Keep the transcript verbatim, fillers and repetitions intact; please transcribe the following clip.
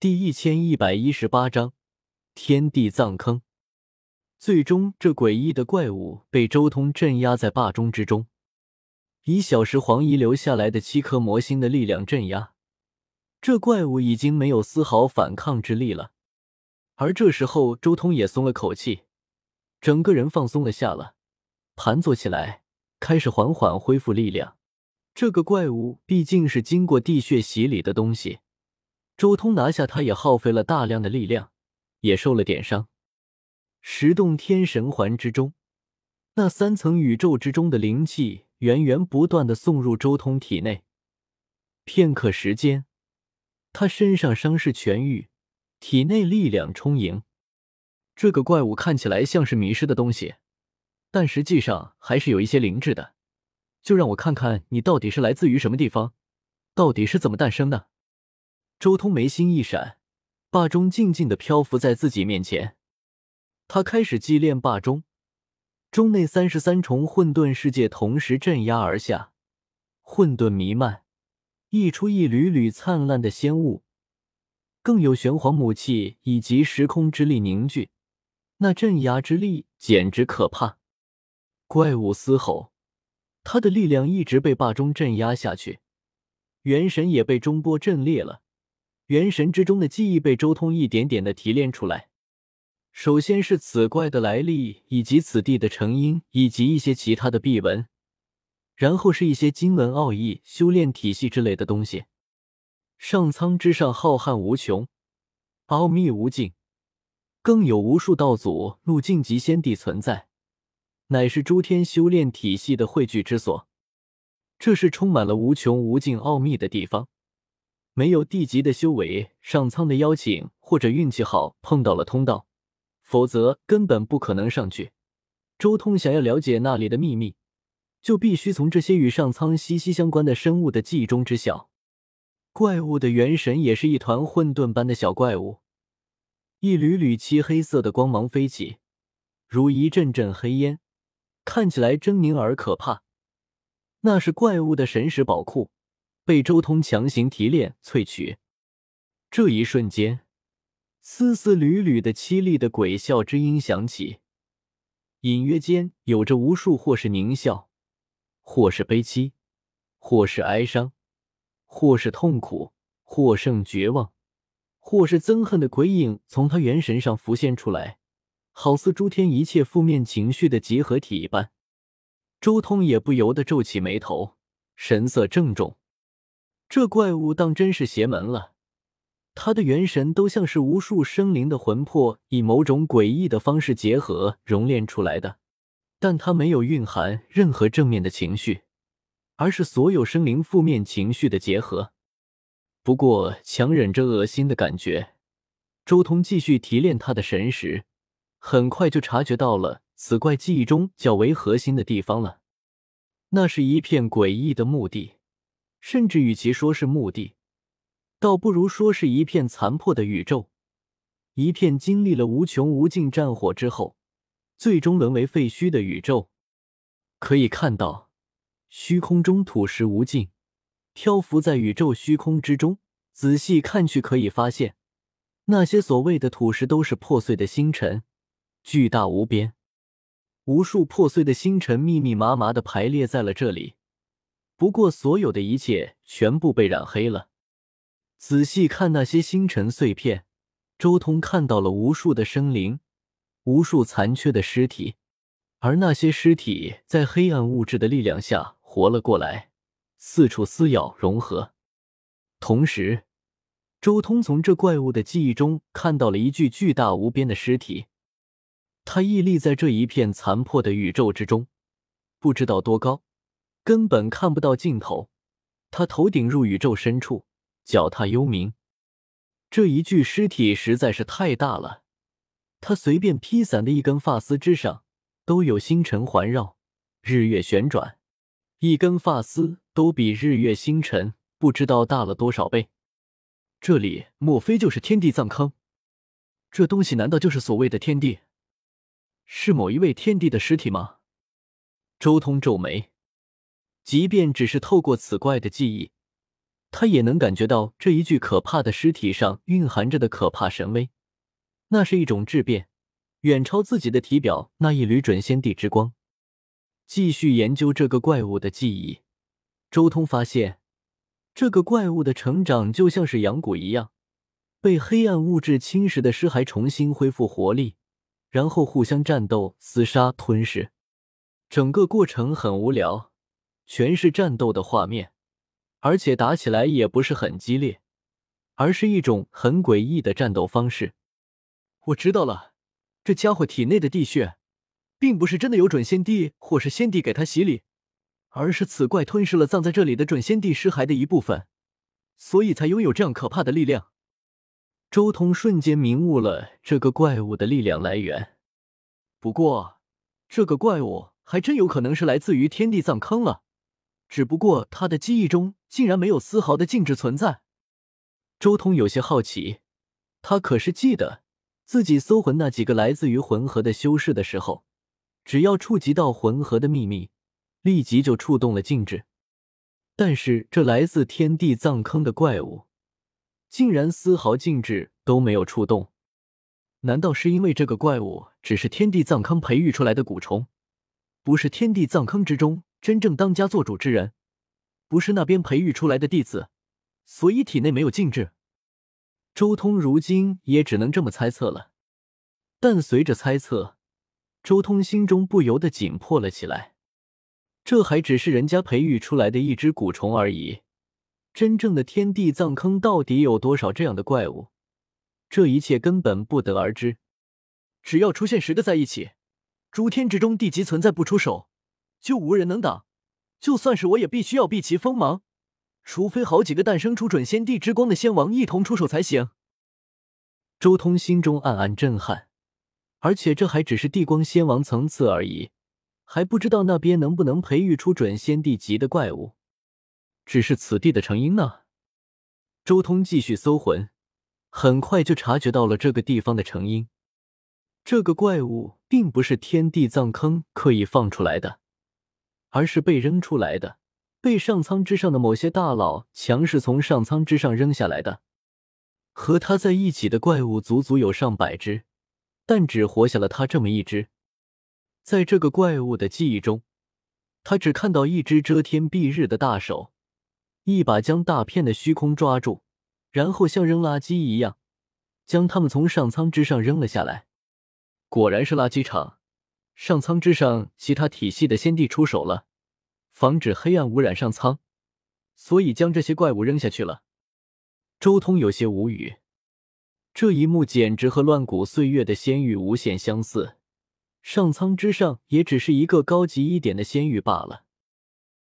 第一千一百一十八章天地葬坑。最终这诡异的怪物被周通镇压在坝中之中，以小石皇遗留下来的七颗魔星的力量镇压，这怪物已经没有丝毫反抗之力了。而这时候周通也松了口气，整个人放松了下了，盘坐起来，开始缓缓恢复力量。这个怪物毕竟是经过地血洗礼的东西，周通拿下它也耗费了大量的力量，也受了点伤。十洞天神环之中，那三层宇宙之中的灵气源源不断地送入周通体内。片刻时间，他身上伤势痊愈，体内力量充盈。这个怪物看起来像是迷失的东西，但实际上还是有一些灵智的。就让我看看你到底是来自于什么地方，到底是怎么诞生的。周通眉心一闪，霸钟静静地漂浮在自己面前。他开始祭炼霸钟，钟内三十三重混沌世界同时镇压而下，混沌弥漫，溢出一缕缕灿烂的仙雾，更有玄黄母气以及时空之力凝聚，那镇压之力简直可怕。怪物嘶吼，他的力量一直被霸钟镇压下去，元神也被钟波震裂了，元神之中的记忆被周通一点点的提炼出来。首先是此怪的来历，以及此地的成因，以及一些其他的秘文，然后是一些经文奥义、修炼体系之类的东西。上苍之上浩瀚无穷，奥秘无尽，更有无数道祖、路径及先帝存在，乃是诸天修炼体系的汇聚之所。这是充满了无穷无尽奥秘的地方，没有地级的修为、上苍的邀请或者运气好碰到了通道，否则根本不可能上去。周通想要了解那里的秘密，就必须从这些与上苍息息相关的生物的记忆中知晓。怪物的元神也是一团混沌般的小怪物，一缕缕漆黑色的光芒飞起，如一阵阵黑烟，看起来狰狞而可怕。那是怪物的神识宝库，被周通强行提炼萃取。这一瞬间，丝丝缕缕的凄厉的鬼笑之音响起，隐约间有着无数或是狞笑，或是悲戚，或是哀伤，或是痛苦，或甚绝望，或是憎恨的鬼影从他元神上浮现出来，好似诸天一切负面情绪的集合体一般。周通也不由得皱起眉头，神色郑重。这怪物当真是邪门了，他的元神都像是无数生灵的魂魄以某种诡异的方式结合熔炼出来的，但它没有蕴含任何正面的情绪，而是所有生灵负面情绪的结合。不过强忍着恶心的感觉，周通继续提炼他的神识，很快就察觉到了此怪记忆中较为核心的地方了。那是一片诡异的墓地，甚至与其说是墓地，倒不如说是一片残破的宇宙，一片经历了无穷无尽战火之后，最终沦为废墟的宇宙。可以看到，虚空中土石无尽，漂浮在宇宙虚空之中，仔细看去可以发现，那些所谓的土石都是破碎的星辰，巨大无边。无数破碎的星辰密密麻麻地排列在了这里，不过所有的一切全部被染黑了。仔细看那些星辰碎片，周通看到了无数的生灵，无数残缺的尸体，而那些尸体在黑暗物质的力量下活了过来，四处撕咬融合。同时，周通从这怪物的记忆中看到了一具巨大无边的尸体，他屹立在这一片残破的宇宙之中，不知道多高，根本看不到尽头。他头顶入宇宙深处，脚踏幽冥。这一具尸体实在是太大了，他随便披散的一根发丝之上都有星辰环绕，日月旋转，一根发丝都比日月星辰不知道大了多少倍。这里莫非就是天地葬坑？这东西难道就是所谓的天地？是某一位天帝的尸体吗？周通皱眉，即便只是透过此怪的记忆， 他也能感觉到这一具可怕的尸体上蕴含着的可怕神威，那是一种质变，远超自己的体表那一缕准仙帝之光。继续研究这个怪物的记忆，周通发现这个怪物的成长就像是阳骨一样，被黑暗物质侵蚀的尸骸重新恢复活力，然后互相战斗、厮杀、吞噬。整个过程很无聊，全是战斗的画面，而且打起来也不是很激烈，而是一种很诡异的战斗方式。我知道了，这家伙体内的地血并不是真的有准仙帝或是仙帝给他洗礼，而是此怪吞噬了葬在这里的准仙帝尸骸的一部分，所以才拥有这样可怕的力量。周通瞬间明悟了这个怪物的力量来源。不过，这个怪物还真有可能是来自于天地藏坑了，只不过他的记忆中竟然没有丝毫的禁制存在。周通有些好奇，他可是记得自己搜魂那几个来自于魂河的修士的时候，只要触及到魂河的秘密，立即就触动了禁制。但是这来自天地藏坑的怪物，竟然丝毫禁制都没有触动。难道是因为这个怪物只是天地藏坑培育出来的蛊虫，不是天地藏坑之中真正当家做主之人，不是那边培育出来的弟子，所以体内没有禁制？周通如今也只能这么猜测了。但随着猜测，周通心中不由得紧迫了起来。这还只是人家培育出来的一只蛊虫而已，真正的天地藏坑到底有多少这样的怪物，这一切根本不得而知。只要出现十个在一起，诸天之中地级存在不出手，就无人能挡。就算是我也必须要避其锋芒，除非好几个诞生出准仙帝之光的仙王一同出手才行。周通心中暗暗震撼，而且这还只是地光仙王层次而已，还不知道那边能不能培育出准仙帝级的怪物。只是此地的成因呢？周通继续搜魂，很快就察觉到了这个地方的成因。这个怪物并不是天地藏坑刻意放出来的，而是被扔出来的，被上苍之上的某些大佬强势从上苍之上扔下来的。和他在一起的怪物足足有上百只，但只活下了他这么一只。在这个怪物的记忆中，他只看到一只遮天蔽日的大手，一把将大片的虚空抓住，然后像扔垃圾一样将它们从上苍之上扔了下来。果然是垃圾场，上苍之上其他体系的先帝出手了，防止黑暗污染上苍，所以将这些怪物扔下去了。周通有些无语，这一幕简直和乱古岁月的仙域无限相似，上苍之上也只是一个高级一点的仙域罢了。